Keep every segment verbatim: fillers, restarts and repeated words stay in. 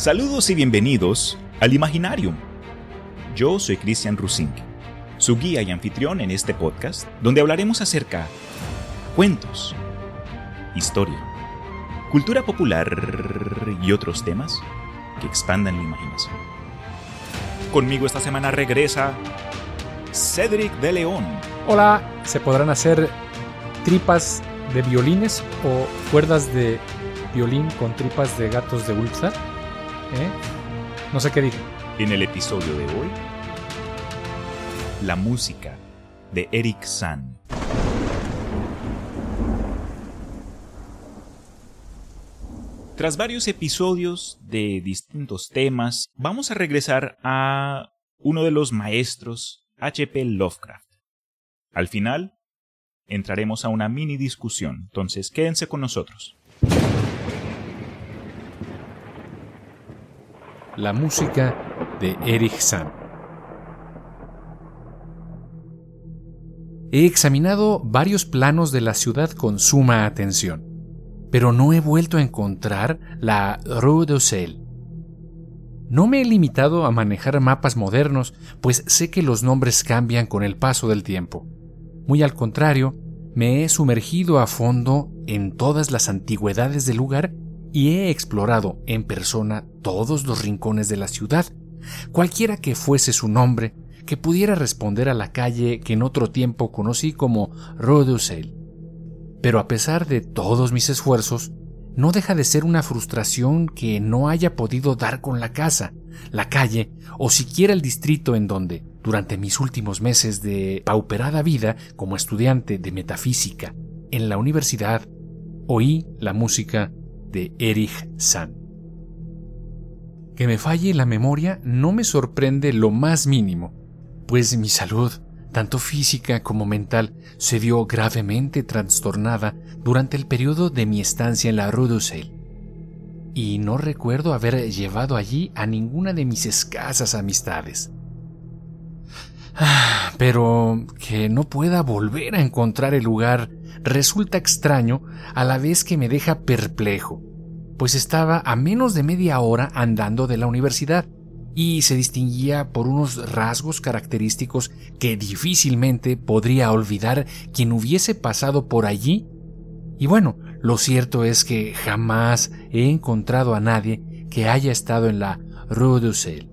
Saludos y bienvenidos al Imaginarium. Yo soy Cristian Rusink, su guía y anfitrión en este podcast, donde hablaremos acerca de cuentos, historia, cultura popular y otros temas que expandan la imaginación. Conmigo esta semana regresa Cedric de León. Hola, ¿se podrán hacer tripas de violines o cuerdas de violín con tripas de gatos de Ulster? ¿Eh? No sé qué dije. En el episodio de hoy, la música de Eric San. Tras varios episodios de distintos temas, vamos a regresar a uno de los maestros, H P Lovecraft. Al final, entraremos a una mini discusión, entonces quédense con nosotros. La música de Eric San. He examinado varios planos de la ciudad con suma atención, pero no he vuelto a encontrar la Rue du Sel. No me he limitado a manejar mapas modernos, pues sé que los nombres cambian con el paso del tiempo. Muy al contrario, me he sumergido a fondo en todas las antigüedades del lugar y he explorado en persona todos los rincones de la ciudad, cualquiera que fuese su nombre, que pudiera responder a la calle que en otro tiempo conocí como Rue du Sel. Pero a pesar de todos mis esfuerzos, no deja de ser una frustración que no haya podido dar con la casa, la calle o siquiera el distrito en donde, durante mis últimos meses de pauperada vida como estudiante de metafísica en la universidad, oí la música de Eric San. Que me falle la memoria no me sorprende lo más mínimo, pues mi salud, tanto física como mental, se vio gravemente trastornada durante el periodo de mi estancia en la Rue du Sel, y no recuerdo haber llevado allí a ninguna de mis escasas amistades. Ah, pero que no pueda volver a encontrar el lugar resulta extraño a la vez que me deja perplejo, pues estaba a menos de media hora andando de la universidad y se distinguía por unos rasgos característicos que difícilmente podría olvidar quien hubiese pasado por allí. Y bueno, lo cierto es que jamás he encontrado a nadie que haya estado en la Rue du Sel.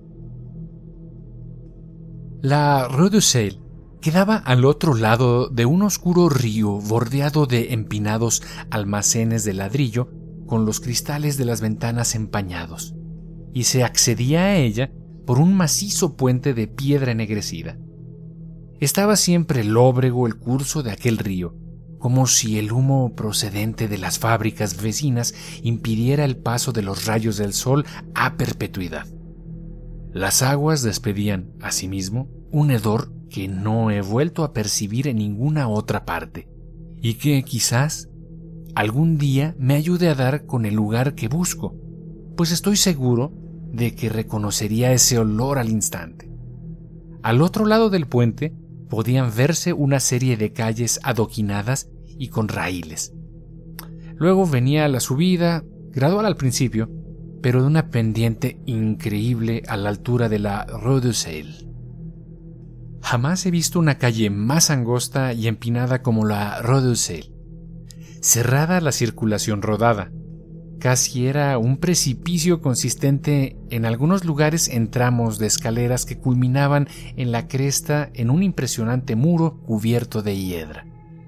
La Rue du Sel quedaba al otro lado de un oscuro río bordeado de empinados almacenes de ladrillo con los cristales de las ventanas empañados, y se accedía a ella por un macizo puente de piedra ennegrecida. Estaba siempre lóbrego el curso de aquel río, como si el humo procedente de las fábricas vecinas impidiera el paso de los rayos del sol a perpetuidad. Las aguas despedían, asimismo, un hedor que no he vuelto a percibir en ninguna otra parte, y que quizás algún día me ayude a dar con el lugar que busco, pues estoy seguro de que reconocería ese olor al instante. Al otro lado del puente podían verse una serie de calles adoquinadas y con raíles. Luego venía la subida, gradual al principio, pero de una pendiente increíble a la altura de la Rue du Sel. Jamás he visto una calle más angosta y empinada como la Rue du Sel. Cerrada la circulación rodada, casi era un precipicio consistente en algunos lugares en tramos de escaleras que culminaban en la cresta en un impresionante muro cubierto de hiedra.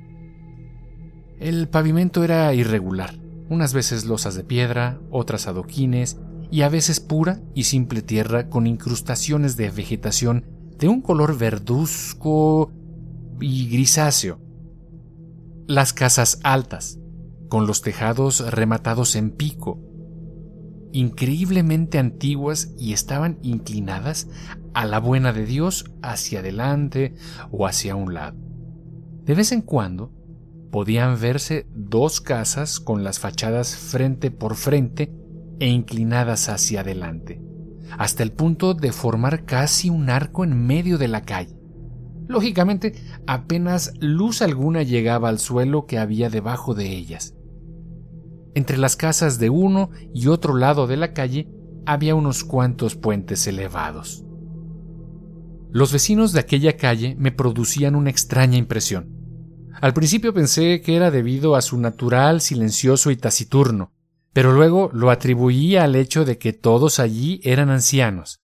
El pavimento era irregular, unas veces losas de piedra, otras adoquines y a veces pura y simple tierra con incrustaciones de vegetación de un color verduzco y grisáceo. Las casas altas, con los tejados rematados en pico, increíblemente antiguas y estaban inclinadas a la buena de Dios hacia adelante o hacia un lado. De vez en cuando podían verse dos casas con las fachadas frente por frente e inclinadas hacia adelante, hasta el punto de formar casi un arco en medio de la calle. Lógicamente, apenas luz alguna llegaba al suelo que había debajo de ellas. Entre las casas de uno y otro lado de la calle había unos cuantos puentes elevados. Los vecinos de aquella calle me producían una extraña impresión. Al principio pensé que era debido a su natural, silencioso y taciturno, pero luego lo atribuía al hecho de que todos allí eran ancianos.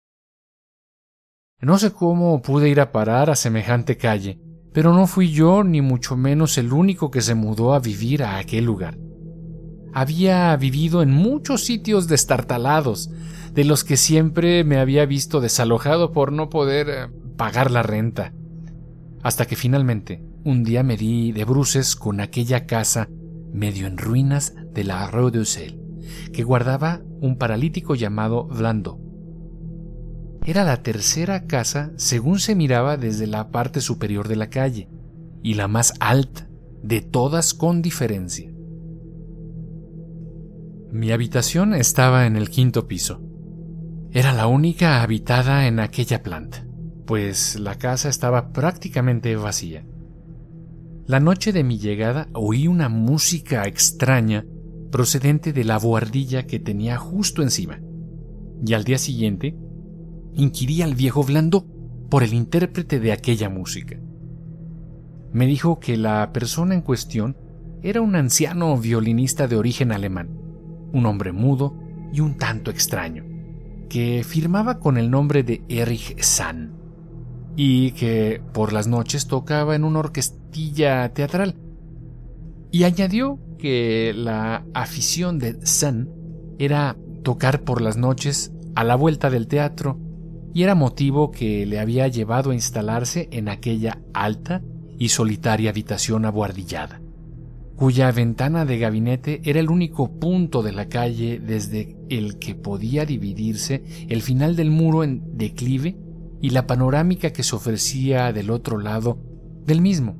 No sé cómo pude ir a parar a semejante calle, pero no fui yo ni mucho menos el único que se mudó a vivir a aquel lugar. Había vivido en muchos sitios destartalados, de los que siempre me había visto desalojado por no poder eh, pagar la renta. Hasta que finalmente, un día me di de bruces con aquella casa medio en ruinas de la Rue du Sel, que guardaba un paralítico llamado Blando. Era la tercera casa según se miraba desde la parte superior de la calle, y la más alta de todas con diferencia. Mi habitación estaba en el quinto piso. Era la única habitada en aquella planta, pues la casa estaba prácticamente vacía. La noche de mi llegada oí una música extraña procedente de la buhardilla que tenía justo encima, y al día siguiente inquirí al viejo Blando por el intérprete de aquella música. Me dijo que la persona en cuestión era un anciano violinista de origen alemán, un hombre mudo y un tanto extraño, que firmaba con el nombre de Erich Sand, y que por las noches tocaba en una orquestilla teatral. Y añadió que la afición de Sand era tocar por las noches a la vuelta del teatro, y era motivo que le había llevado a instalarse en aquella alta y solitaria habitación abuhardillada, cuya ventana de gabinete era el único punto de la calle desde el que podía dividirse el final del muro en declive y la panorámica que se ofrecía del otro lado del mismo.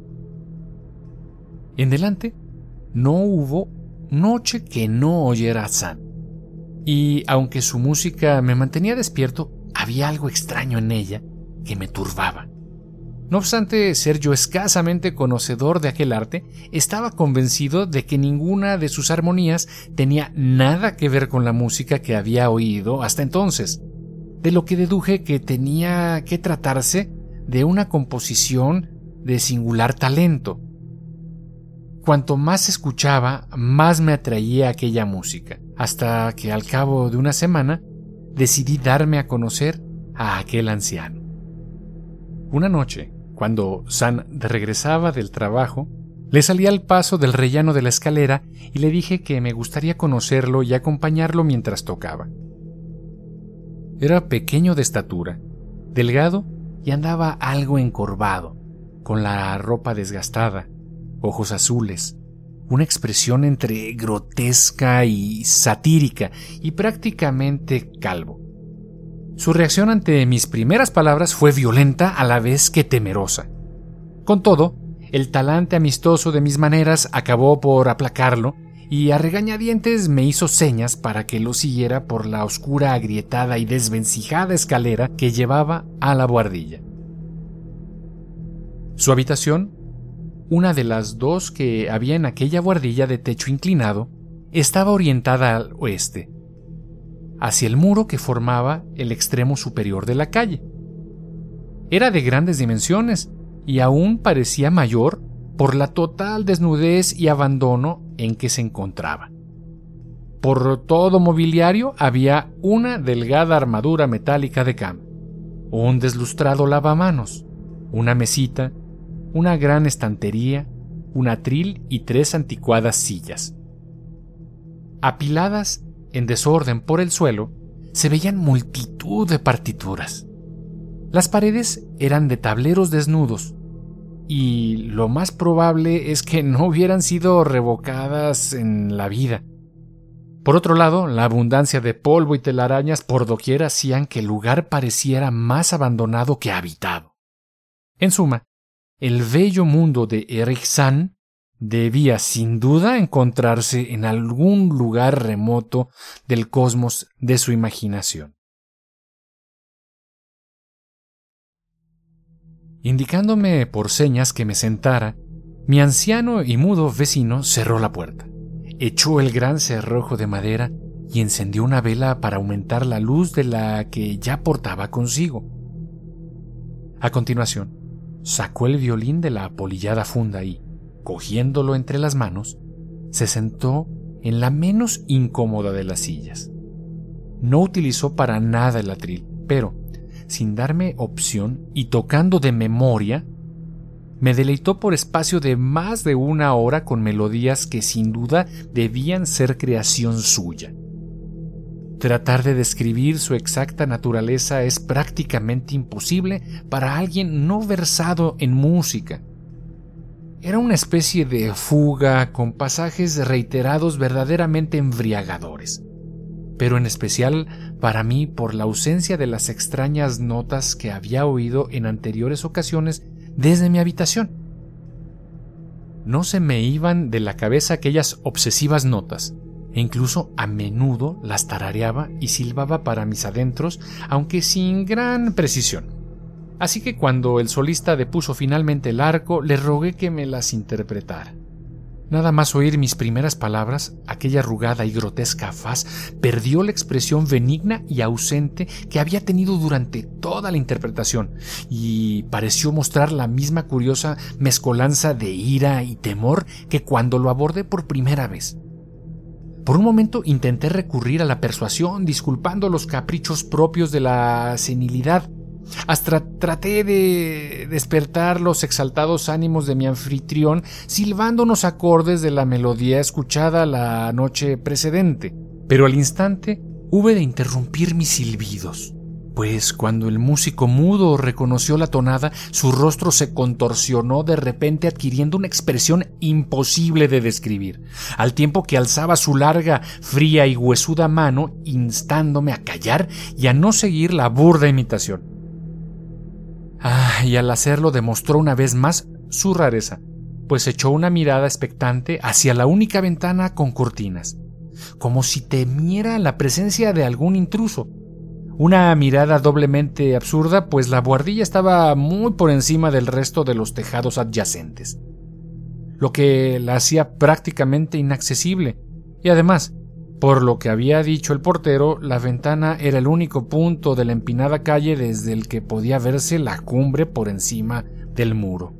En delante no hubo noche que no oyera a Sand, y aunque su música me mantenía despierto, había algo extraño en ella que me turbaba. No obstante ser yo escasamente conocedor de aquel arte, estaba convencido de que ninguna de sus armonías tenía nada que ver con la música que había oído hasta entonces, de lo que deduje que tenía que tratarse de una composición de singular talento. Cuanto más escuchaba, más me atraía aquella música, hasta que al cabo de una semana decidí darme a conocer a aquel anciano. Una noche, cuando Sand regresaba del trabajo, le salí al paso del rellano de la escalera y le dije que me gustaría conocerlo y acompañarlo mientras tocaba. Era pequeño de estatura, delgado y andaba algo encorvado, con la ropa desgastada, ojos azules, una expresión entre grotesca y satírica y prácticamente calvo. Su reacción ante mis primeras palabras fue violenta a la vez que temerosa. Con todo, el talante amistoso de mis maneras acabó por aplacarlo y a regañadientes me hizo señas para que lo siguiera por la oscura, agrietada y desvencijada escalera que llevaba a la buhardilla. Su habitación, una de las dos que había en aquella buhardilla de techo inclinado, estaba orientada al oeste, hacia el muro que formaba el extremo superior de la calle. Era de grandes dimensiones y aún parecía mayor por la total desnudez y abandono en que se encontraba. Por todo mobiliario había una delgada armadura metálica de cama, un deslustrado lavamanos, una mesita, una gran estantería, un atril y tres anticuadas sillas. Apiladas en desorden por el suelo, se veían multitud de partituras. Las paredes eran de tableros desnudos, y lo más probable es que no hubieran sido revocadas en la vida. Por otro lado, la abundancia de polvo y telarañas por doquier hacían que el lugar pareciera más abandonado que habitado. En suma, el bello mundo de Erich Sand debía sin duda encontrarse en algún lugar remoto del cosmos de su imaginación. Indicándome por señas que me sentara, mi anciano y mudo vecino cerró la puerta, echó el gran cerrojo de madera y encendió una vela para aumentar la luz de la que ya portaba consigo. A continuación, sacó el violín de la apolillada funda y, cogiéndolo entre las manos, se sentó en la menos incómoda de las sillas. No utilizó para nada el atril, pero, sin darme opción y tocando de memoria, me deleitó por espacio de más de una hora con melodías que sin duda debían ser creación suya. Tratar de describir su exacta naturaleza es prácticamente imposible para alguien no versado en música. Era una especie de fuga con pasajes reiterados verdaderamente embriagadores, pero en especial para mí por la ausencia de las extrañas notas que había oído en anteriores ocasiones desde mi habitación. No se me iban de la cabeza aquellas obsesivas notas, e incluso a menudo las tarareaba y silbaba para mis adentros, aunque sin gran precisión. Así que cuando el solista depuso finalmente el arco, le rogué que me las interpretara. Nada más oír mis primeras palabras, aquella arrugada y grotesca faz perdió la expresión benigna y ausente que había tenido durante toda la interpretación, y pareció mostrar la misma curiosa mezcolanza de ira y temor que cuando lo abordé por primera vez. Por un momento intenté recurrir a la persuasión, disculpando los caprichos propios de la senilidad. Hasta traté de despertar los exaltados ánimos de mi anfitrión silbando unos acordes de la melodía escuchada la noche precedente, pero al instante hube de interrumpir mis silbidos, pues cuando el músico mudo reconoció la tonada, su rostro se contorsionó de repente adquiriendo una expresión imposible de describir, al tiempo que alzaba su larga, fría y huesuda mano instándome a callar y a no seguir la burda imitación. Ah, y al hacerlo demostró una vez más su rareza, pues echó una mirada expectante hacia la única ventana con cortinas, como si temiera la presencia de algún intruso. Una mirada doblemente absurda, pues la buhardilla estaba muy por encima del resto de los tejados adyacentes, lo que la hacía prácticamente inaccesible, y además, por lo que había dicho el portero, la ventana era el único punto de la empinada calle desde el que podía verse la cumbre por encima del muro.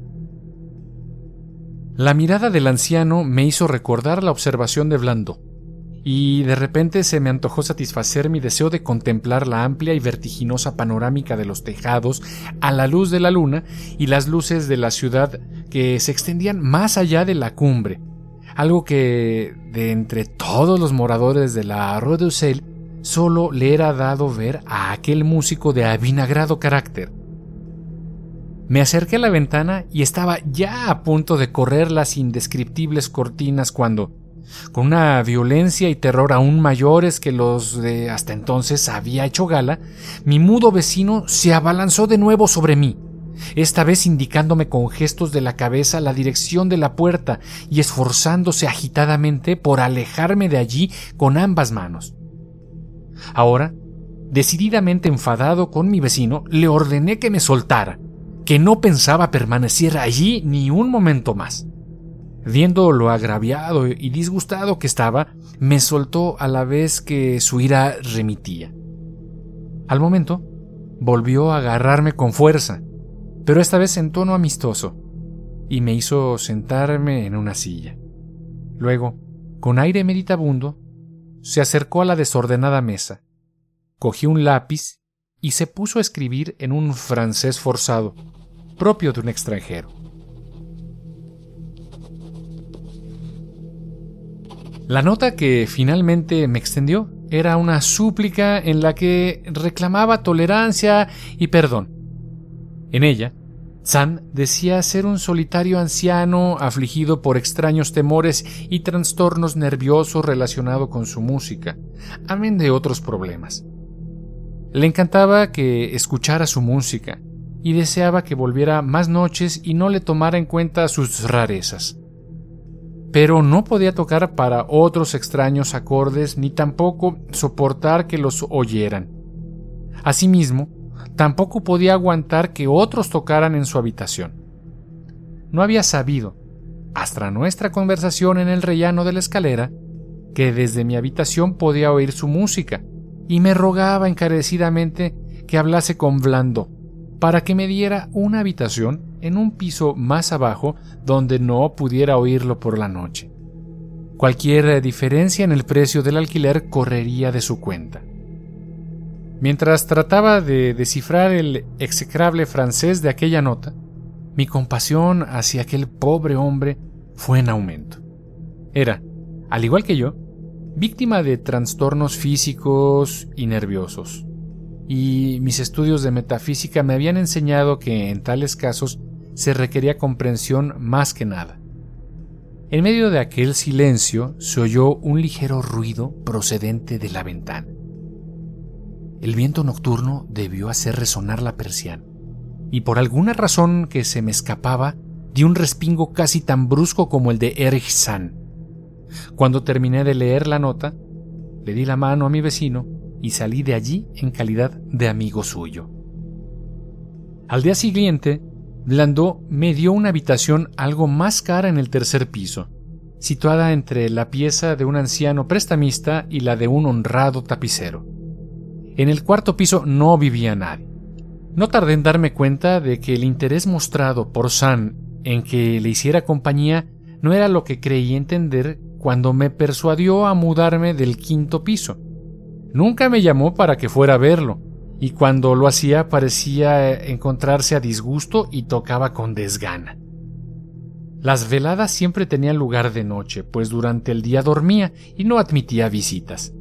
La mirada del anciano me hizo recordar la observación de Blando, y de repente se me antojó satisfacer mi deseo de contemplar la amplia y vertiginosa panorámica de los tejados a la luz de la luna y las luces de la ciudad que se extendían más allá de la cumbre. Algo que, de entre todos los moradores de la Rue du Sel, solo le era dado ver a aquel músico de avinagrado carácter. Me acerqué a la ventana y estaba ya a punto de correr las indescriptibles cortinas cuando, con una violencia y terror aún mayores que los de hasta entonces había hecho gala, mi mudo vecino se abalanzó de nuevo sobre mí, esta vez indicándome con gestos de la cabeza la dirección de la puerta y esforzándose agitadamente por alejarme de allí con ambas manos. Ahora, decididamente enfadado con mi vecino, le ordené que me soltara, que no pensaba permanecer allí ni un momento más. Viendo lo agraviado y disgustado que estaba, me soltó a la vez que su ira remitía. Al momento, volvió a agarrarme con fuerza, pero esta vez en tono amistoso, y me hizo sentarme en una silla. Luego, con aire meditabundo, se acercó a la desordenada mesa, cogió un lápiz y se puso a escribir en un francés forzado, propio de un extranjero. La nota que finalmente me extendió era una súplica en la que reclamaba tolerancia y perdón. En ella, San decía ser un solitario anciano afligido por extraños temores y trastornos nerviosos relacionados con su música, amén de otros problemas. Le encantaba que escuchara su música y deseaba que volviera más noches y no le tomara en cuenta sus rarezas. Pero no podía tocar para otros extraños acordes ni tampoco soportar que los oyeran. Asimismo, tampoco podía aguantar que otros tocaran en su habitación. No había sabido, hasta nuestra conversación en el rellano de la escalera, que desde mi habitación podía oír su música, y me rogaba encarecidamente que hablase con Blandó para que me diera una habitación en un piso más abajo donde no pudiera oírlo por la noche. Cualquier diferencia en el precio del alquiler correría de su cuenta. Mientras trataba de descifrar el execrable francés de aquella nota, mi compasión hacia aquel pobre hombre fue en aumento. Era, al igual que yo, víctima de trastornos físicos y nerviosos, y mis estudios de metafísica me habían enseñado que en tales casos se requería comprensión más que nada. En medio de aquel silencio se oyó un ligero ruido procedente de la ventana. El viento nocturno debió hacer resonar la persiana, y por alguna razón que se me escapaba, di un respingo casi tan brusco como el de Erich Sand. Cuando terminé de leer la nota, le di la mano a mi vecino y salí de allí en calidad de amigo suyo. Al día siguiente, Blandó me dio una habitación algo más cara en el tercer piso, situada entre la pieza de un anciano prestamista y la de un honrado tapicero. En el cuarto piso no vivía nadie. No tardé en darme cuenta de que el interés mostrado por Sand en que le hiciera compañía no era lo que creí entender cuando me persuadió a mudarme del quinto piso. Nunca me llamó para que fuera a verlo, y cuando lo hacía parecía encontrarse a disgusto y tocaba con desgana. Las veladas siempre tenían lugar de noche, pues durante el día dormía y no admitía visitas.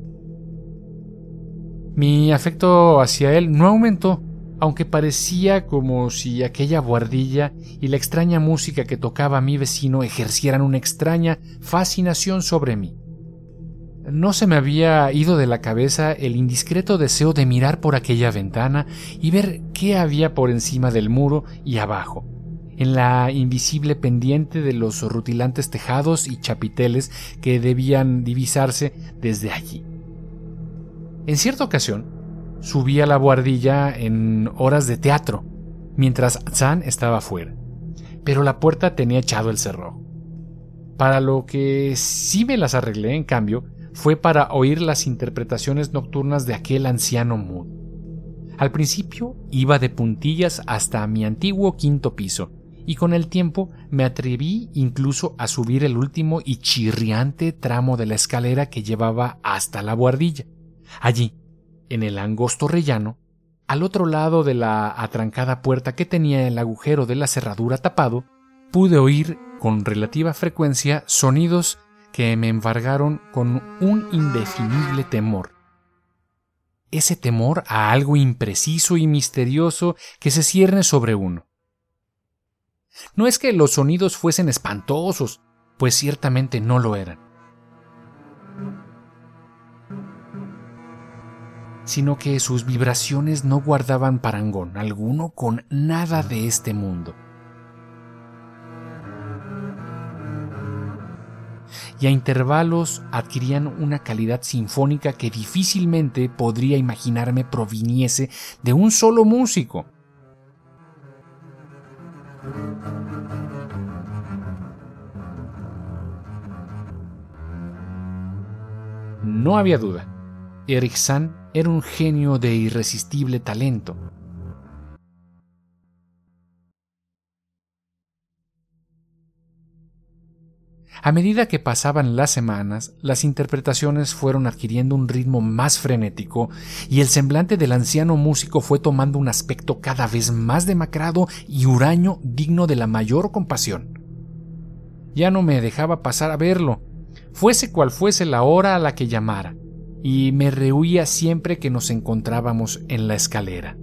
Mi afecto hacia él no aumentó, aunque parecía como si aquella buhardilla y la extraña música que tocaba mi vecino ejercieran una extraña fascinación sobre mí. No se me había ido de la cabeza el indiscreto deseo de mirar por aquella ventana y ver qué había por encima del muro y abajo, en la invisible pendiente de los rutilantes tejados y chapiteles que debían divisarse desde allí. En cierta ocasión, subí a la buhardilla en horas de teatro, mientras Sand estaba fuera, pero la puerta tenía echado el cerrojo. Para lo que sí me las arreglé, en cambio, fue para oír las interpretaciones nocturnas de aquel anciano mudo. Al principio iba de puntillas hasta mi antiguo quinto piso, y con el tiempo me atreví incluso a subir el último y chirriante tramo de la escalera que llevaba hasta la buhardilla. Allí, en el angosto rellano, al otro lado de la atrancada puerta que tenía el agujero de la cerradura tapado, pude oír con relativa frecuencia sonidos que me embargaron con un indefinible temor. Ese temor a algo impreciso y misterioso que se cierne sobre uno. No es que los sonidos fuesen espantosos, pues ciertamente no lo eran, sino que sus vibraciones no guardaban parangón alguno con nada de este mundo. Y a intervalos adquirían una calidad sinfónica que difícilmente podría imaginarme proviniese de un solo músico. No había duda, Erich Sand era un genio de irresistible talento. A medida que pasaban las semanas, las interpretaciones fueron adquiriendo un ritmo más frenético y el semblante del anciano músico fue tomando un aspecto cada vez más demacrado y huraño digno de la mayor compasión. Ya no me dejaba pasar a verlo, fuese cual fuese la hora a la que llamara, y me rehuía siempre que nos encontrábamos en la escalera.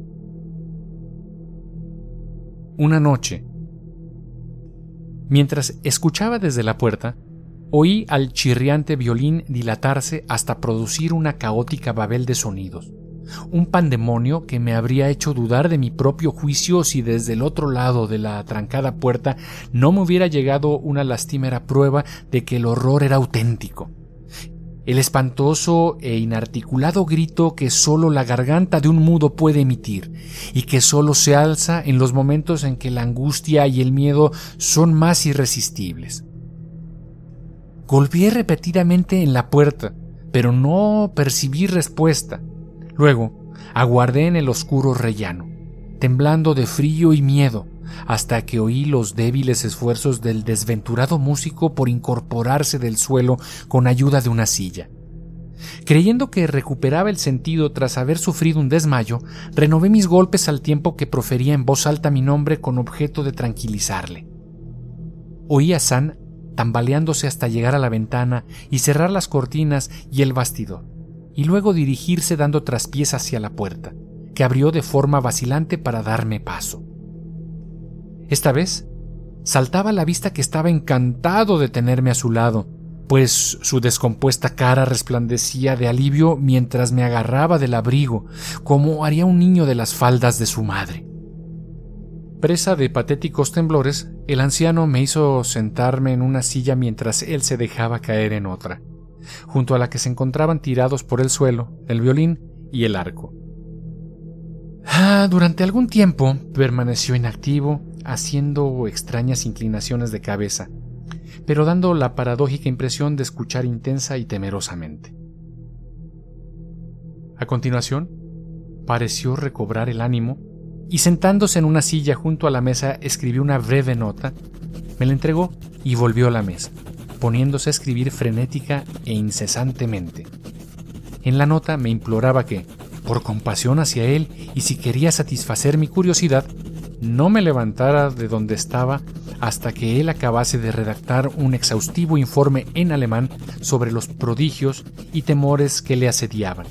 Una noche, mientras escuchaba desde la puerta, oí al chirriante violín dilatarse hasta producir una caótica babel de sonidos, un pandemonio que me habría hecho dudar de mi propio juicio si desde el otro lado de la atrancada puerta no me hubiera llegado una lastimera prueba de que el horror era auténtico. El espantoso e inarticulado grito que solo la garganta de un mudo puede emitir y que solo se alza en los momentos en que la angustia y el miedo son más irresistibles. Golpeé repetidamente en la puerta, pero no percibí respuesta. Luego, aguardé en el oscuro rellano, temblando de frío y miedo, hasta que oí los débiles esfuerzos del desventurado músico por incorporarse del suelo con ayuda de una silla. Creyendo que recuperaba el sentido tras haber sufrido un desmayo, renové mis golpes al tiempo que profería en voz alta mi nombre con objeto de tranquilizarle. Oí a San tambaleándose hasta llegar a la ventana y cerrar las cortinas y el bastidor, y luego dirigirse dando traspiés hacia la puerta, que abrió de forma vacilante para darme paso. Esta vez, saltaba a la vista que estaba encantado de tenerme a su lado, pues su descompuesta cara resplandecía de alivio mientras me agarraba del abrigo, como haría un niño de las faldas de su madre. Presa de patéticos temblores, el anciano me hizo sentarme en una silla mientras él se dejaba caer en otra, junto a la que se encontraban tirados por el suelo el violín y el arco. Ah, durante algún tiempo permaneció inactivo, haciendo extrañas inclinaciones de cabeza, pero dando la paradójica impresión de escuchar intensa y temerosamente. A continuación, pareció recobrar el ánimo y sentándose en una silla junto a la mesa escribió una breve nota, me la entregó y volvió a la mesa, poniéndose a escribir frenética e incesantemente. En la nota me imploraba que, por compasión hacia él y si quería satisfacer mi curiosidad, no me levantara de donde estaba hasta que él acabase de redactar un exhaustivo informe en alemán sobre los prodigios y temores que le asediaban.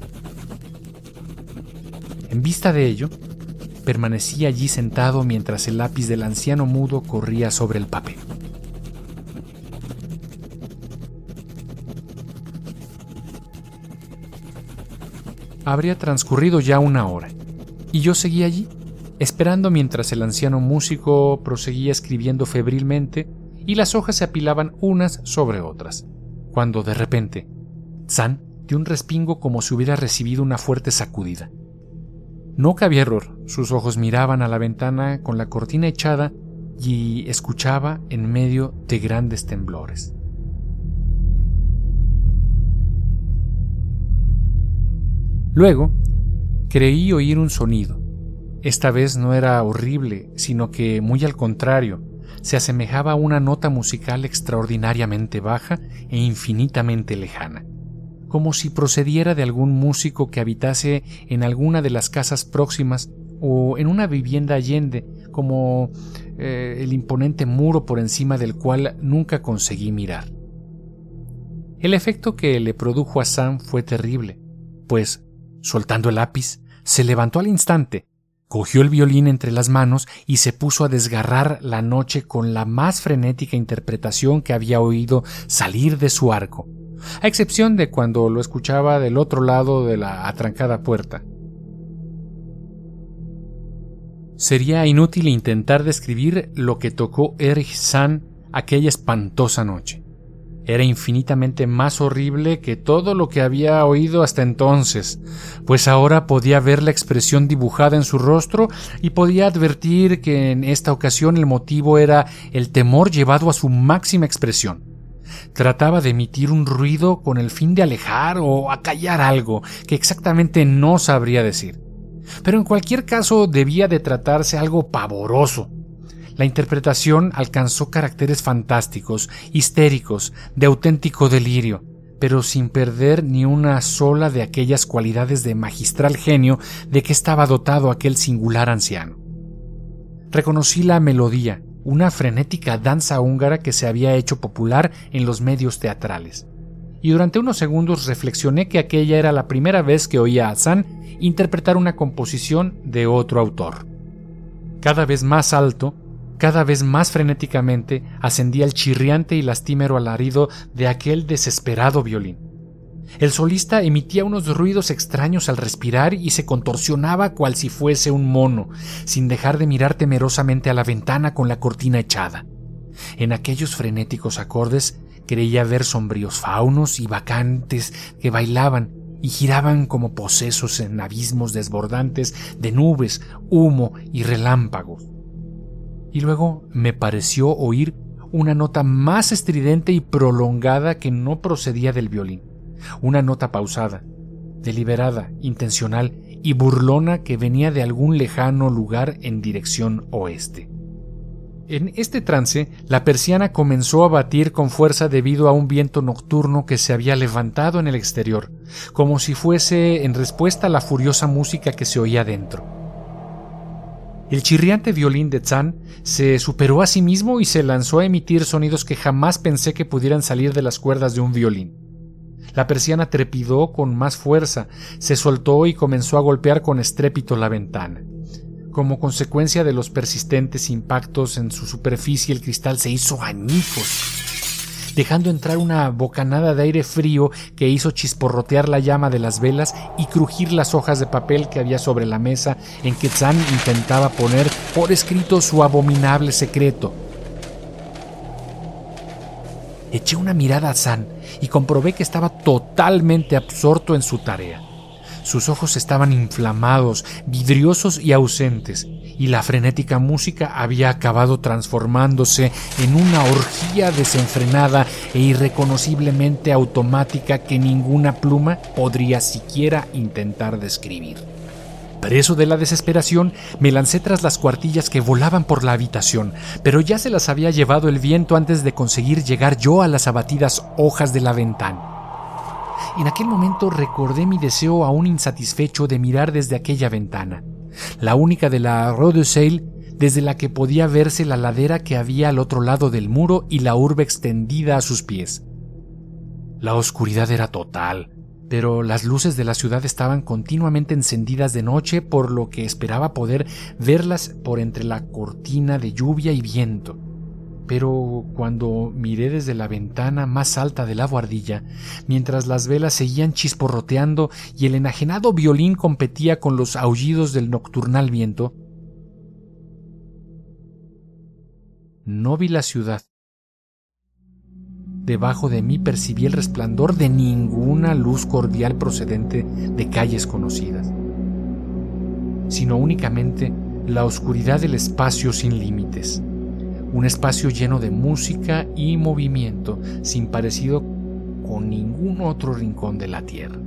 En vista de ello, permanecí allí sentado mientras el lápiz del anciano mudo corría sobre el papel. Habría transcurrido ya una hora, y yo seguí allí, esperando mientras el anciano músico proseguía escribiendo febrilmente y las hojas se apilaban unas sobre otras, cuando de repente, San dio un respingo como si hubiera recibido una fuerte sacudida. No cabía error, sus ojos miraban a la ventana con la cortina echada y escuchaba en medio de grandes temblores. Luego, creí oír un sonido. Esta vez no era horrible, sino que, muy al contrario, se asemejaba a una nota musical extraordinariamente baja e infinitamente lejana, como si procediera de algún músico que habitase en alguna de las casas próximas o en una vivienda allende, como eh, el imponente muro por encima del cual nunca conseguí mirar. El efecto que le produjo a Sam fue terrible, pues, soltando el lápiz, se levantó al instante, cogió el violín entre las manos y se puso a desgarrar la noche con la más frenética interpretación que había oído salir de su arco, a excepción de cuando lo escuchaba del otro lado de la atrancada puerta. Sería inútil intentar describir lo que tocó Erich Sand aquella espantosa noche. Era infinitamente más horrible que todo lo que había oído hasta entonces, pues ahora podía ver la expresión dibujada en su rostro y podía advertir que en esta ocasión el motivo era el temor llevado a su máxima expresión. Trataba de emitir un ruido con el fin de alejar o acallar algo que exactamente no sabría decir. Pero en cualquier caso debía de tratarse algo pavoroso. La interpretación alcanzó caracteres fantásticos, histéricos, de auténtico delirio, pero sin perder ni una sola de aquellas cualidades de magistral genio de que estaba dotado aquel singular anciano. Reconocí la melodía, una frenética danza húngara que se había hecho popular en los medios teatrales, y durante unos segundos reflexioné que aquella era la primera vez que oía a Sand interpretar una composición de otro autor. Cada vez más alto, cada vez más frenéticamente ascendía el chirriante y lastimero alarido de aquel desesperado violín. El solista emitía unos ruidos extraños al respirar y se contorsionaba cual si fuese un mono, sin dejar de mirar temerosamente a la ventana con la cortina echada. En aquellos frenéticos acordes creía ver sombríos faunos y bacantes que bailaban y giraban como posesos en abismos desbordantes de nubes, humo y relámpagos. Y luego me pareció oír una nota más estridente y prolongada que no procedía del violín. Una nota pausada, deliberada, intencional y burlona que venía de algún lejano lugar en dirección oeste. En este trance, la persiana comenzó a batir con fuerza debido a un viento nocturno que se había levantado en el exterior, como si fuese en respuesta a la furiosa música que se oía dentro. El chirriante violín de Zan se superó a sí mismo y se lanzó a emitir sonidos que jamás pensé que pudieran salir de las cuerdas de un violín. La persiana trepidó con más fuerza, se soltó y comenzó a golpear con estrépito la ventana. Como consecuencia de los persistentes impactos en su superficie, el cristal se hizo añicos, dejando entrar una bocanada de aire frío que hizo chisporrotear la llama de las velas y crujir las hojas de papel que había sobre la mesa en que Zan intentaba poner por escrito su abominable secreto. Eché una mirada a Zan y comprobé que estaba totalmente absorto en su tarea. Sus ojos estaban inflamados, vidriosos y ausentes, y la frenética música había acabado transformándose en una orgía desenfrenada e irreconociblemente automática que ninguna pluma podría siquiera intentar describir. Preso de la desesperación, me lancé tras las cuartillas que volaban por la habitación, pero ya se las había llevado el viento antes de conseguir llegar yo a las abatidas hojas de la ventana. En aquel momento recordé mi deseo aún insatisfecho de mirar desde aquella ventana, la única de la Rue de Seil, desde la que podía verse la ladera que había al otro lado del muro y la urbe extendida a sus pies. La oscuridad era total, pero las luces de la ciudad estaban continuamente encendidas de noche, por lo que esperaba poder verlas por entre la cortina de lluvia y viento. Pero cuando miré desde la ventana más alta de la buhardilla, mientras las velas seguían chisporroteando y el enajenado violín competía con los aullidos del nocturnal viento, no vi la ciudad. Debajo de mí percibí el resplandor de ninguna luz cordial procedente de calles conocidas, sino únicamente la oscuridad del espacio sin límites. Un espacio lleno de música y movimiento, sin parecido con ningún otro rincón de la tierra.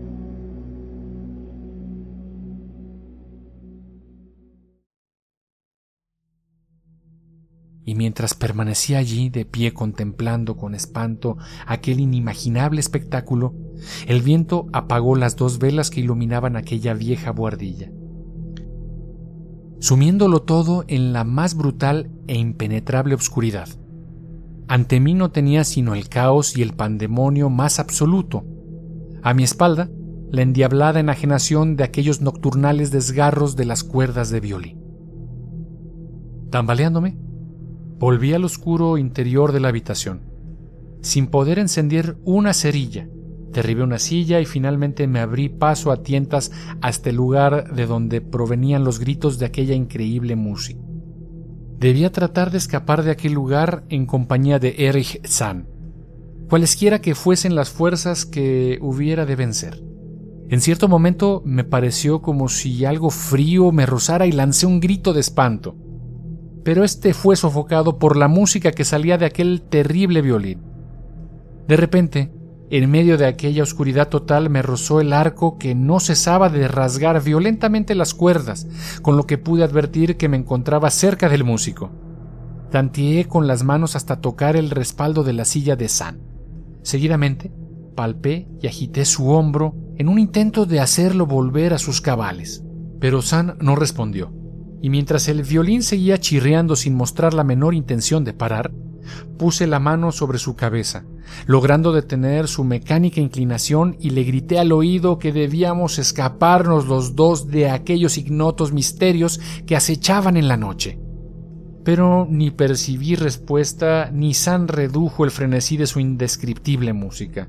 Y mientras permanecía allí de pie contemplando con espanto aquel inimaginable espectáculo, el viento apagó las dos velas que iluminaban aquella vieja buhardilla, sumiéndolo todo en la más brutal e impenetrable obscuridad. Ante mí no tenía sino el caos y el pandemonio más absoluto. A mi espalda, la endiablada enajenación de aquellos nocturnales desgarros de las cuerdas de violín. Tambaleándome, volví al oscuro interior de la habitación. Sin poder encender una cerilla, derribé una silla y finalmente me abrí paso a tientas hasta el lugar de donde provenían los gritos de aquella increíble música. Debía tratar de escapar de aquel lugar en compañía de Erich Zan, cualesquiera que fuesen las fuerzas que hubiera de vencer. En cierto momento me pareció como si algo frío me rozara y lancé un grito de espanto, pero este fue sofocado por la música que salía de aquel terrible violín. De repente, en medio de aquella oscuridad total me rozó el arco que no cesaba de rasgar violentamente las cuerdas, con lo que pude advertir que me encontraba cerca del músico. Tanteé con las manos hasta tocar el respaldo de la silla de Zan. Seguidamente, palpé y agité su hombro en un intento de hacerlo volver a sus cabales. Pero Zan no respondió, y mientras el violín seguía chirriando sin mostrar la menor intención de parar, puse la mano sobre su cabeza, logrando detener su mecánica inclinación, y le grité al oído que debíamos escaparnos los dos de aquellos ignotos misterios que acechaban en la noche. Pero ni percibí respuesta, ni Zan redujo el frenesí de su indescriptible música.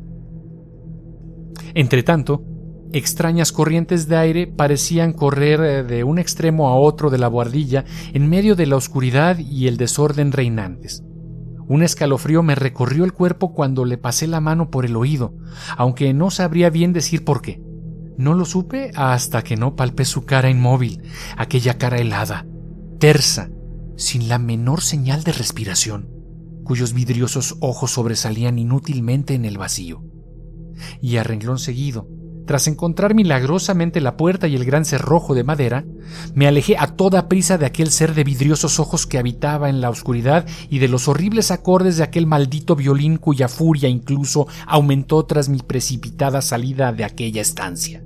Entretanto, extrañas corrientes de aire parecían correr de un extremo a otro de la buhardilla en medio de la oscuridad y el desorden reinantes. Un escalofrío me recorrió el cuerpo cuando le pasé la mano por el oído, aunque no sabría bien decir por qué. No lo supe hasta que no palpé su cara inmóvil, aquella cara helada, tersa, sin la menor señal de respiración. cuyos vidriosos ojos sobresalían inútilmente en el vacío. Y a renglón seguido, tras encontrar milagrosamente la puerta y el gran cerrojo de madera, me alejé a toda prisa de aquel ser de vidriosos ojos que habitaba en la oscuridad y de los horribles acordes de aquel maldito violín cuya furia incluso aumentó tras mi precipitada salida de aquella estancia.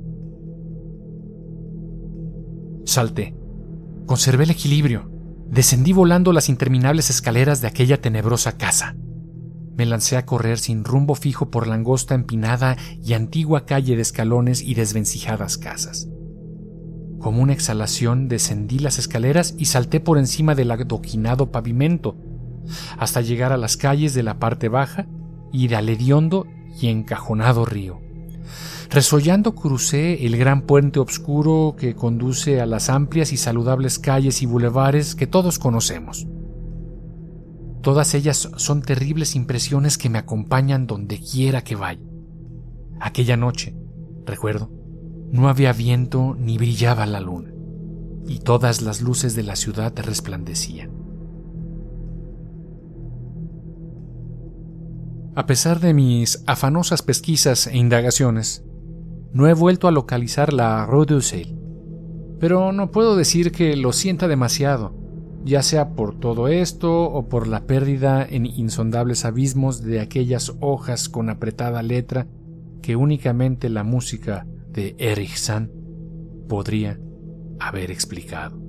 Salté, conservé el equilibrio, descendí volando las interminables escaleras de aquella tenebrosa casa. Me lancé a correr sin rumbo fijo por la angosta, empinada y antigua calle de escalones y desvencijadas casas. Como una exhalación descendí las escaleras y salté por encima del adoquinado pavimento, hasta llegar a las calles de la parte baja y del hediondo y encajonado río. Resollando crucé el gran puente oscuro que conduce a las amplias y saludables calles y bulevares que todos conocemos. Todas ellas son terribles impresiones que me acompañan donde quiera que vaya. Aquella noche, recuerdo, no había viento ni brillaba la luna, y todas las luces de la ciudad resplandecían. A pesar de mis afanosas pesquisas e indagaciones, no he vuelto a localizar la Rue du Sel, pero no puedo decir que lo sienta demasiado, ya sea por todo esto o por la pérdida en insondables abismos de aquellas hojas con apretada letra que únicamente la música de Erich Sand podría haber explicado.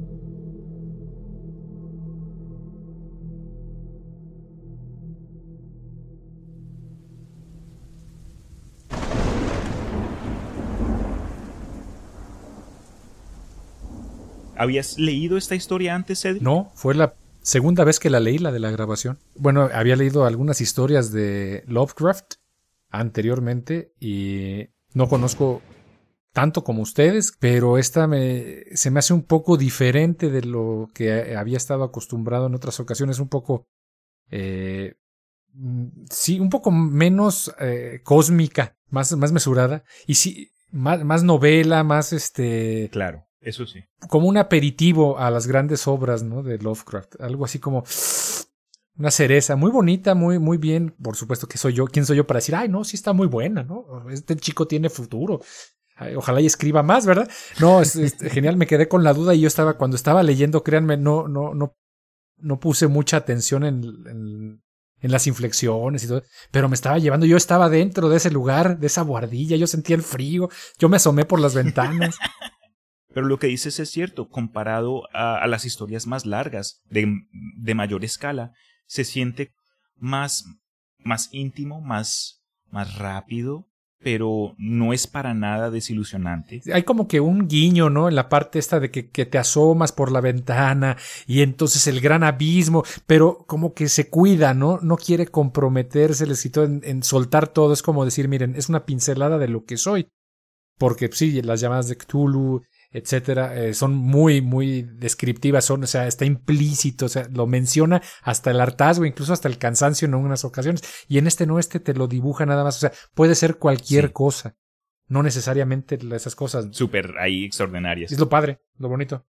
¿Habías leído esta historia antes, Cedric? No, fue la segunda vez que la leí, la de la grabación. Bueno, había leído algunas historias de Lovecraft anteriormente y no conozco tanto como ustedes, pero esta me, se me hace un poco diferente de lo que había estado acostumbrado en otras ocasiones, un poco, eh, sí, un poco menos eh, cósmica, más, más mesurada y sí, más, más novela, más este... Claro. Eso sí. Como un aperitivo a las grandes obras, ¿no? De Lovecraft. Algo así como una cereza. Muy bonita, muy, muy bien. Por supuesto que soy yo. ¿Quién soy yo para decir, ay, no, sí está muy buena, ¿no? Este chico tiene futuro. Ay, ojalá y escriba más, ¿verdad? No, es, es genial. Me quedé con la duda y yo estaba, cuando estaba leyendo, créanme, no, no, no, no puse mucha atención en, en, en las inflexiones y todo. Pero me estaba llevando. Yo estaba dentro de ese lugar, de esa buhardilla. Yo sentía el frío. Yo me asomé por las ventanas. Pero lo que dices es cierto, comparado a, a las historias más largas, de, de mayor escala, se siente más, más íntimo, más, más rápido, pero no es para nada desilusionante. Hay como que un guiño, ¿no? En la parte esta de que, que te asomas por la ventana y entonces el gran abismo, pero como que se cuida, ¿no? No quiere comprometerse el escritor en, en soltar todo. Es como decir, miren, es una pincelada de lo que soy. Porque sí, las llamadas de Cthulhu, etcétera, eh, son muy, muy descriptivas, son, o sea, está implícito, o sea, lo menciona hasta el hartazgo, incluso hasta el cansancio en algunas ocasiones, y en este no, este te lo dibuja nada más, o sea, puede ser cualquier sí. cosa, no necesariamente esas cosas. Súper ahí extraordinarias. Es lo padre, lo bonito.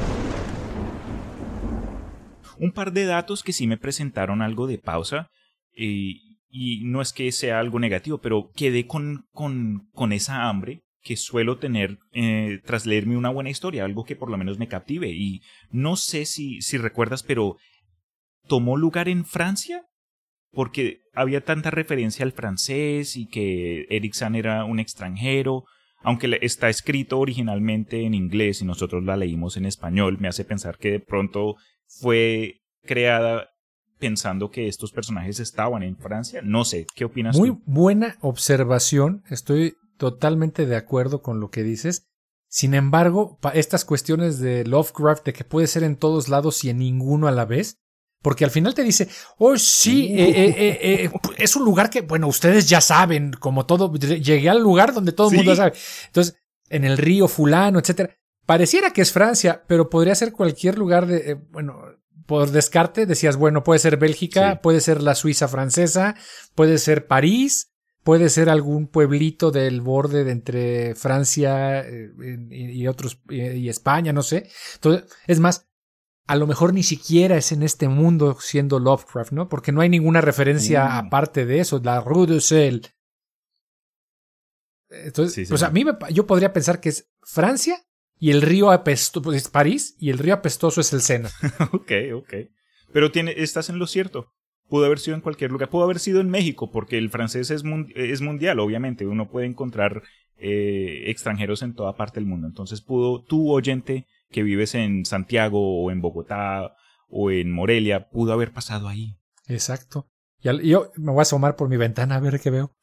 Un par de datos que sí me presentaron algo de pausa, eh, y no es que sea algo negativo, pero quedé con, con, con esa hambre que suelo tener eh, tras leerme una buena historia, algo que por lo menos me captive. Y no sé si, si recuerdas, pero ¿tomó lugar en Francia? Porque había tanta referencia al francés y que Erich Sand era un extranjero. Aunque está escrito originalmente en inglés y nosotros la leímos en español, me hace pensar que de pronto fue creada pensando que estos personajes estaban en Francia. No sé, ¿qué opinas Muy tú? Buena observación, estoy totalmente de acuerdo con lo que dices. Sin embargo, estas cuestiones de Lovecraft, de que puede ser en todos lados y en ninguno a la vez, porque al final te dice, oh sí, uh. eh, eh, eh, es un lugar que, bueno, ustedes ya saben, como todo, llegué al lugar donde todo el ¿Sí? mundo sabe. Entonces, en el río fulano, etcétera. Pareciera que es Francia, pero podría ser cualquier lugar de, eh, bueno, por descarte decías, bueno, puede ser Bélgica, sí. puede ser la Suiza francesa, puede ser París, puede ser algún pueblito del borde de entre Francia eh, y, y otros y, y España, no sé. Entonces, es más, a lo mejor ni siquiera es en este mundo siendo Lovecraft, ¿no? Porque no hay ninguna referencia mm. aparte de eso, la Rue du Sel. Entonces, sí, sí, pues sí. a mí me, yo podría pensar que es Francia y el río apestoso es París y el río apestoso es el Sena. ok, ok. Pero tiene, estás en lo cierto. Pudo haber sido en cualquier lugar. Pudo haber sido en México, porque el francés es, mun, es mundial, obviamente. Uno puede encontrar eh, extranjeros en toda parte del mundo. Entonces pudo, tú oyente que vives en Santiago o en Bogotá o en Morelia, pudo haber pasado ahí. Exacto. Y al, yo me voy a asomar por mi ventana a ver qué veo.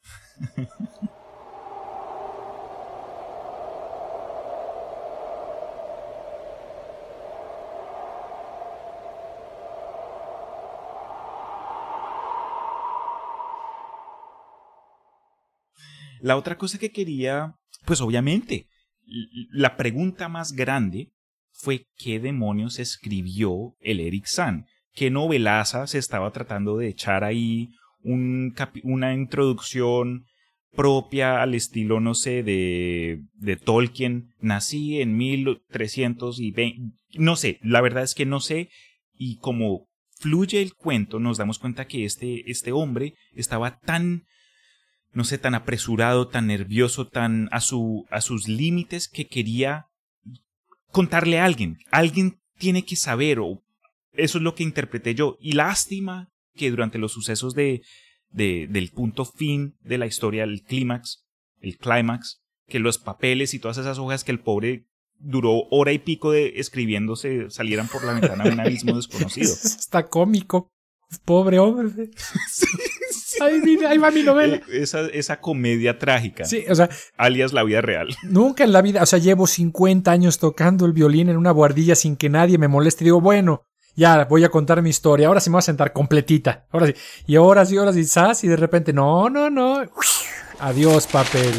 La otra cosa que quería, pues obviamente, la pregunta más grande fue ¿qué demonios escribió el Eric Sand? ¿Qué novelaza se estaba tratando de echar ahí? Un capi- una introducción propia al estilo, no sé, de, de Tolkien. Nací en mil trescientos veinte, no sé, la verdad es que no sé. Y como fluye el cuento, nos damos cuenta que este, este hombre estaba tan... no sé, tan apresurado, tan nervioso, tan a, su, a sus límites que quería contarle a alguien. Alguien tiene que saber, o eso es lo que interpreté yo. Y lástima que durante los sucesos de, de, del punto fin de la historia, el clímax, el clímax, que los papeles y todas esas hojas que el pobre duró hora y pico de escribiéndose salieran por la ventana de un abismo desconocido. Está cómico. Pobre hombre. Sí. Ahí, mira, ahí va mi novela. Esa, esa comedia trágica. Sí, o sea, alias la vida real. Nunca en la vida, o sea, llevo cincuenta años tocando el violín en una buhardilla sin que nadie me moleste. Y digo, bueno, ya voy a contar mi historia. Ahora sí me voy a sentar completita. Ahora sí. Y horas y horas y zas, y de repente, no, no, no. Adiós, papel.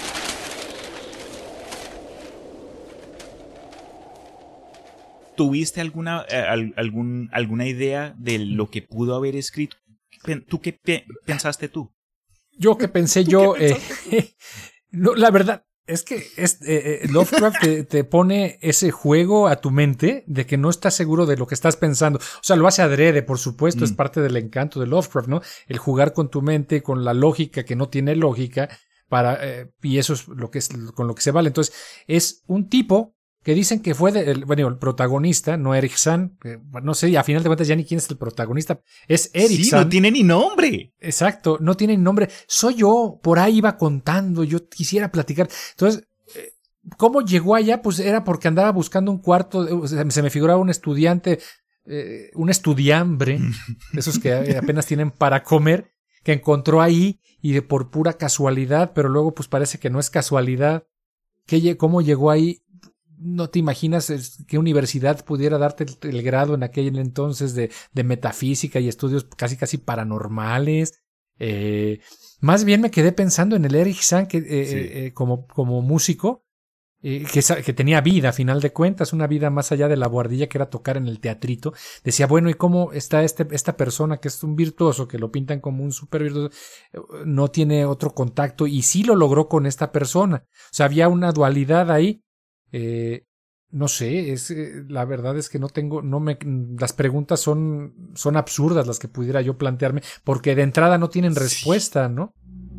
¿Tuviste alguna, eh, algún, alguna idea de lo que pudo haber escrito? ¿Tú qué pe- pensaste tú? Yo qué pensé yo, eh, no, la verdad es que es, eh, eh, Lovecraft te, te pone ese juego a tu mente de que no estás seguro de lo que estás pensando. O sea, lo hace adrede, por supuesto, mm. es parte del encanto de Lovecraft, ¿no? El jugar con tu mente, con la lógica que no tiene lógica, para eh, y eso es lo que es con lo que se vale. Entonces, es un tipo que dicen que fue de, el, bueno, el protagonista, no Eric Sand, que, no sé, a final de cuentas ya ni quién es el protagonista, es Eric sí, Sand. No tiene ni nombre. Exacto, no tiene ni nombre. Soy yo, por ahí iba contando, yo quisiera platicar. Entonces, ¿cómo llegó allá? Pues era porque andaba buscando un cuarto, se me figuraba un estudiante, eh, un estudiambre, esos que apenas tienen para comer, que encontró ahí y de por pura casualidad, pero luego pues parece que no es casualidad. ¿Qué, ¿Cómo llegó ahí? No te imaginas qué universidad pudiera darte el, el grado en aquel entonces de, de metafísica y estudios casi casi paranormales. Eh, más bien me quedé pensando en el Eric Sand que, eh, sí. eh, como, como músico, eh, que, que tenía vida a final de cuentas, una vida más allá de la buhardilla que era tocar en el teatrito. Decía, bueno, ¿y cómo está este, esta persona que es un virtuoso, que lo pintan como un súper virtuoso, no tiene otro contacto? Y sí lo logró con esta persona. O sea, había una dualidad ahí. Eh, no sé, es eh, la verdad es que no tengo, no me, las preguntas son, son absurdas las que pudiera yo plantearme, porque de entrada no tienen respuesta, ¿no?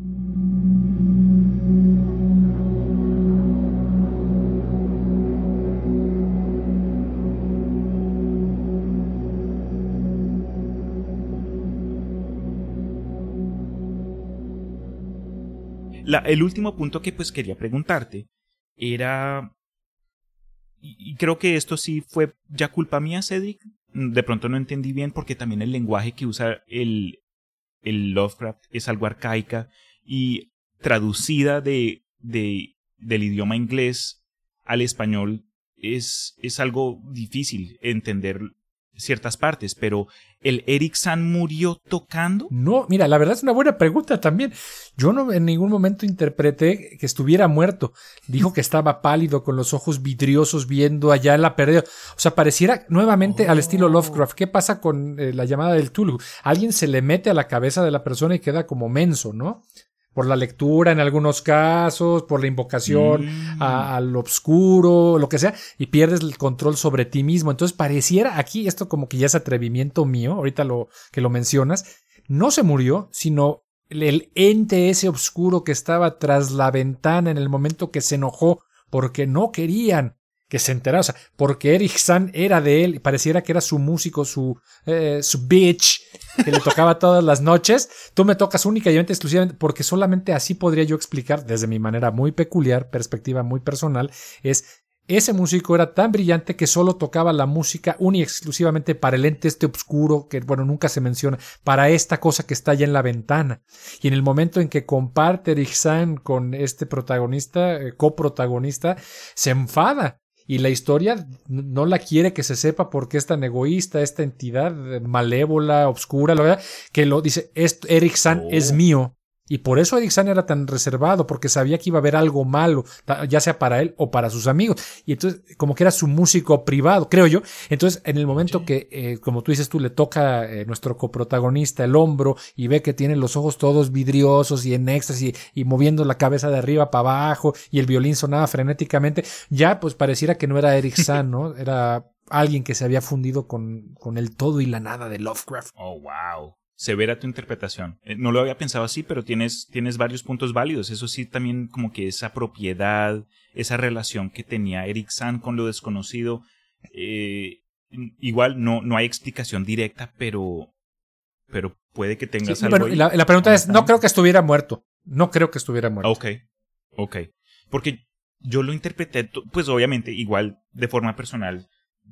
La, el último punto que pues quería preguntarte era... Y creo que esto sí fue ya culpa mía, Cedric. De pronto no entendí bien porque también el lenguaje que usa el, el Lovecraft es algo arcaica y traducida de, de, del idioma inglés al español es, es algo difícil entender ciertas partes, pero ¿el Eric Sand murió tocando? No, mira, la verdad es una buena pregunta también. Yo no en ningún momento interpreté que estuviera muerto. Dijo que estaba pálido, con los ojos vidriosos, viendo allá en la pérdida. O sea, pareciera nuevamente oh. al estilo Lovecraft. ¿Qué pasa con eh, la llamada del Cthulhu? Alguien se le mete a la cabeza de la persona y queda como menso, ¿no? por la lectura en algunos casos, por la invocación Mm. a, al obscuro, lo que sea, y pierdes el control sobre ti mismo. Entonces pareciera aquí, esto como que ya es atrevimiento mío, ahorita lo que lo mencionas, no se murió, sino el ente ese oscuro que estaba tras la ventana en el momento que se enojó porque no querían que se enterara, o sea, porque Eric Zahn era de él, y pareciera que era su músico, su, eh, su bitch, que le tocaba todas las noches. Tú me tocas única y exclusivamente, porque solamente así podría yo explicar, desde mi manera muy peculiar, perspectiva muy personal, es ese músico era tan brillante que solo tocaba la música única y exclusivamente para el ente este oscuro, que bueno, nunca se menciona, para esta cosa que está allá en la ventana. Y en el momento en que comparte Eric Zahn con este protagonista, eh, coprotagonista, se enfada. Y la historia no la quiere que se sepa porque es tan egoísta, esta entidad malévola, obscura, la verdad, que lo dice, esto, Eric Zahn Oh. es mío. Y por eso Eric Zahn era tan reservado, porque sabía que iba a haber algo malo, ya sea para él o para sus amigos. Y entonces, como que era su músico privado, creo yo. Entonces, en el momento Oye. que, eh, como tú dices tú, le toca eh, nuestro coprotagonista el hombro y ve que tiene los ojos todos vidriosos y en éxtasis y, y moviendo la cabeza de arriba para abajo y el violín sonaba frenéticamente, ya pues pareciera que no era Eric Zahn, ¿no? Era alguien que se había fundido con, con el todo y la nada de Lovecraft. Oh, wow. Severa tu interpretación. Eh, no lo había pensado así, pero tienes, tienes varios puntos válidos. Eso sí, también como que esa propiedad, esa relación que tenía Eric Zahn con lo desconocido. Eh, igual no, no hay explicación directa, pero, pero puede que tengas Sí, algo bueno, ahí. la, la pregunta es, no creo que estuviera muerto. No creo que estuviera muerto. Ok, ok. Porque yo lo interpreté, pues obviamente, igual de forma personal,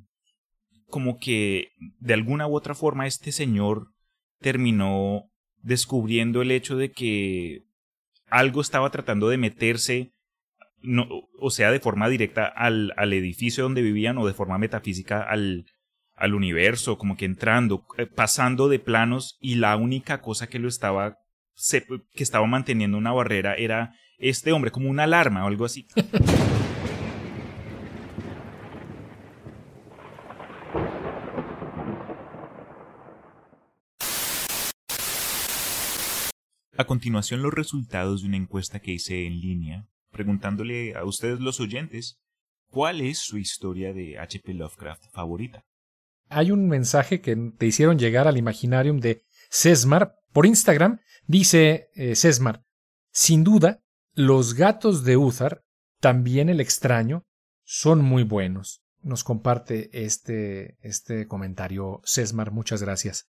como que de alguna u otra forma este señor terminó descubriendo el hecho de que algo estaba tratando de meterse, no, o sea, de forma directa al, al edificio donde vivían o de forma metafísica al, al universo, como que entrando, eh, pasando de planos, y la única cosa que lo estaba, se, que estaba manteniendo una barrera era este hombre, como una alarma o algo así. A continuación, los resultados de una encuesta que hice en línea, preguntándole a ustedes los oyentes, ¿cuál es su historia de H P Lovecraft favorita? Hay un mensaje que te hicieron llegar al Imaginarium de Sesmar por Instagram. Dice eh, Sesmar, sin duda, los gatos de Uthar, también el extraño, son muy buenos. Nos comparte este, este comentario Sesmar, muchas gracias.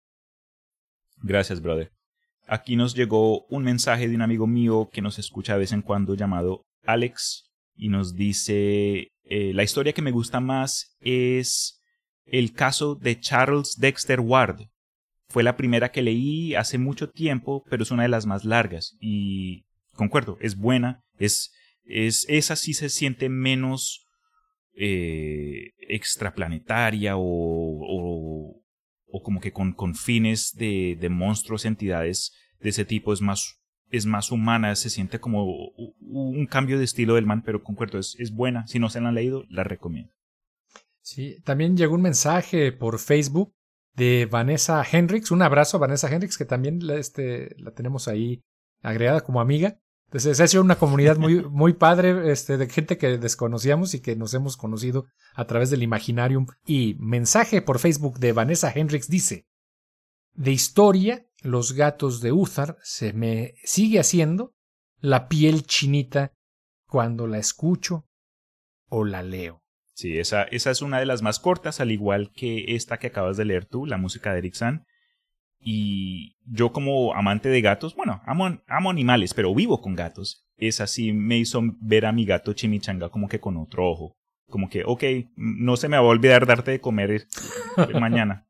Gracias, brother. Aquí nos llegó un mensaje de un amigo mío que nos escucha de vez en cuando llamado Alex y nos dice, eh, la historia que me gusta más es el caso de Charles Dexter Ward. Fue la primera que leí hace mucho tiempo, pero es una de las más largas y concuerdo, es buena, es, es esa sí se siente menos eh, extraplanetaria o, o o como que con, con fines de, de monstruos, entidades de ese tipo, es más, es más humana, se siente como un cambio de estilo del man, pero concuerdo, es, es buena. Si no se la han leído, la recomiendo. Sí, también llegó un mensaje por Facebook de Vanessa Hendricks. Un abrazo a Vanessa Hendricks, que también este, la tenemos ahí agregada como amiga. Entonces, ha sido una comunidad muy, muy padre, este, de gente que desconocíamos y que nos hemos conocido a través del Imaginarium. Y mensaje por Facebook de Vanessa Hendricks dice, de historia, los gatos de Uthar se me sigue haciendo la piel chinita cuando la escucho o la leo. Sí, esa, esa es una de las más cortas, al igual que esta que acabas de leer tú, la música de Eric Zahn. Y yo como amante de gatos, bueno, amo, amo animales, pero vivo con gatos. Esa sí me hizo ver a mi gato Chimichanga como que con otro ojo. Como que, ok, no se me va a olvidar darte de comer mañana.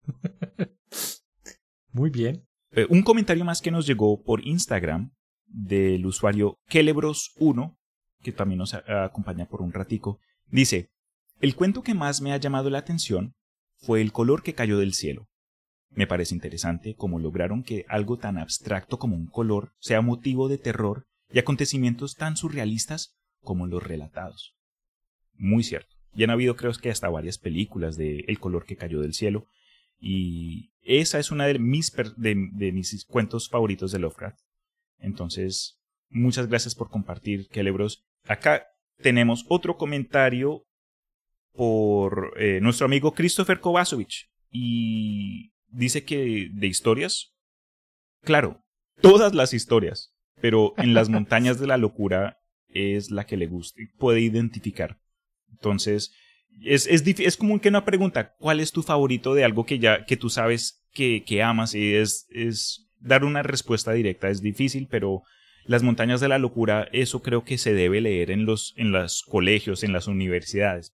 Muy bien. Eh, un comentario más que nos llegó por Instagram del usuario Kelebros uno, que también nos a- acompaña por un ratico, dice, el cuento que más me ha llamado la atención fue El color que cayó del cielo. Me parece interesante cómo lograron que algo tan abstracto como un color sea motivo de terror y acontecimientos tan surrealistas como los relatados. Muy cierto. Ya han habido, creo que hasta varias películas de El color que cayó del cielo, y esa es una de mis, per- de, de mis cuentos favoritos de Lovecraft. Entonces, muchas gracias por compartir, Kelebros. Acá tenemos otro comentario por eh, nuestro amigo Christopher Kovacevic. Y dice que de historias, claro, todas las historias, pero en las montañas de la locura es la que le gusta y puede identificar. Entonces, es, es, es común que una pregunta, ¿cuál es tu favorito de algo que ya que tú sabes que, que amas? Y es, es dar una respuesta directa, es difícil, pero las montañas de la locura, eso creo que se debe leer en los, en los colegios, en las universidades.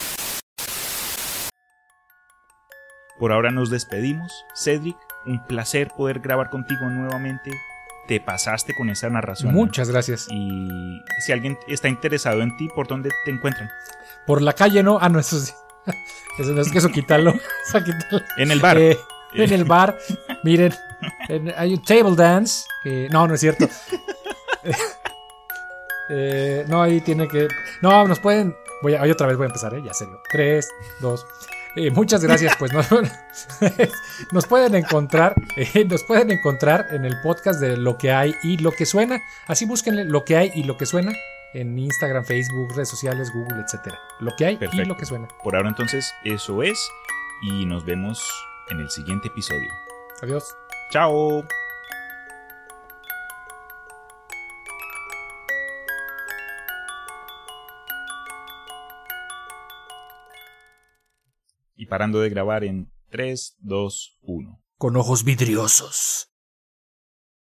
Por ahora nos despedimos. Cedric, un placer poder grabar contigo nuevamente. Te pasaste con esa narración. Muchas gracias. Y si alguien está interesado en ti, ¿por dónde te encuentran? Por la calle, ¿no? Ah, no, eso sí. Eso no es que eso quítalo. Eso quítalo. En el bar. Eh, en el bar. Miren, en, hay un table dance. Eh, no, no es cierto. eh, no, ahí tiene que... No, nos pueden... Voy a, hoy otra vez voy a empezar, ¿eh? Ya, serio. Tres, dos... Eh, muchas gracias, pues nos, nos pueden encontrar, eh, nos pueden encontrar en el podcast de Lo que hay y lo que suena. Así búsquenle Lo que hay y lo que suena en Instagram, Facebook, redes sociales, Google, etcétera. Lo que hay Perfecto. Y lo que suena. Por ahora entonces eso es y nos vemos en el siguiente episodio. Adiós. Chao. Y parando de grabar en tres, dos, uno. Con ojos vidriosos.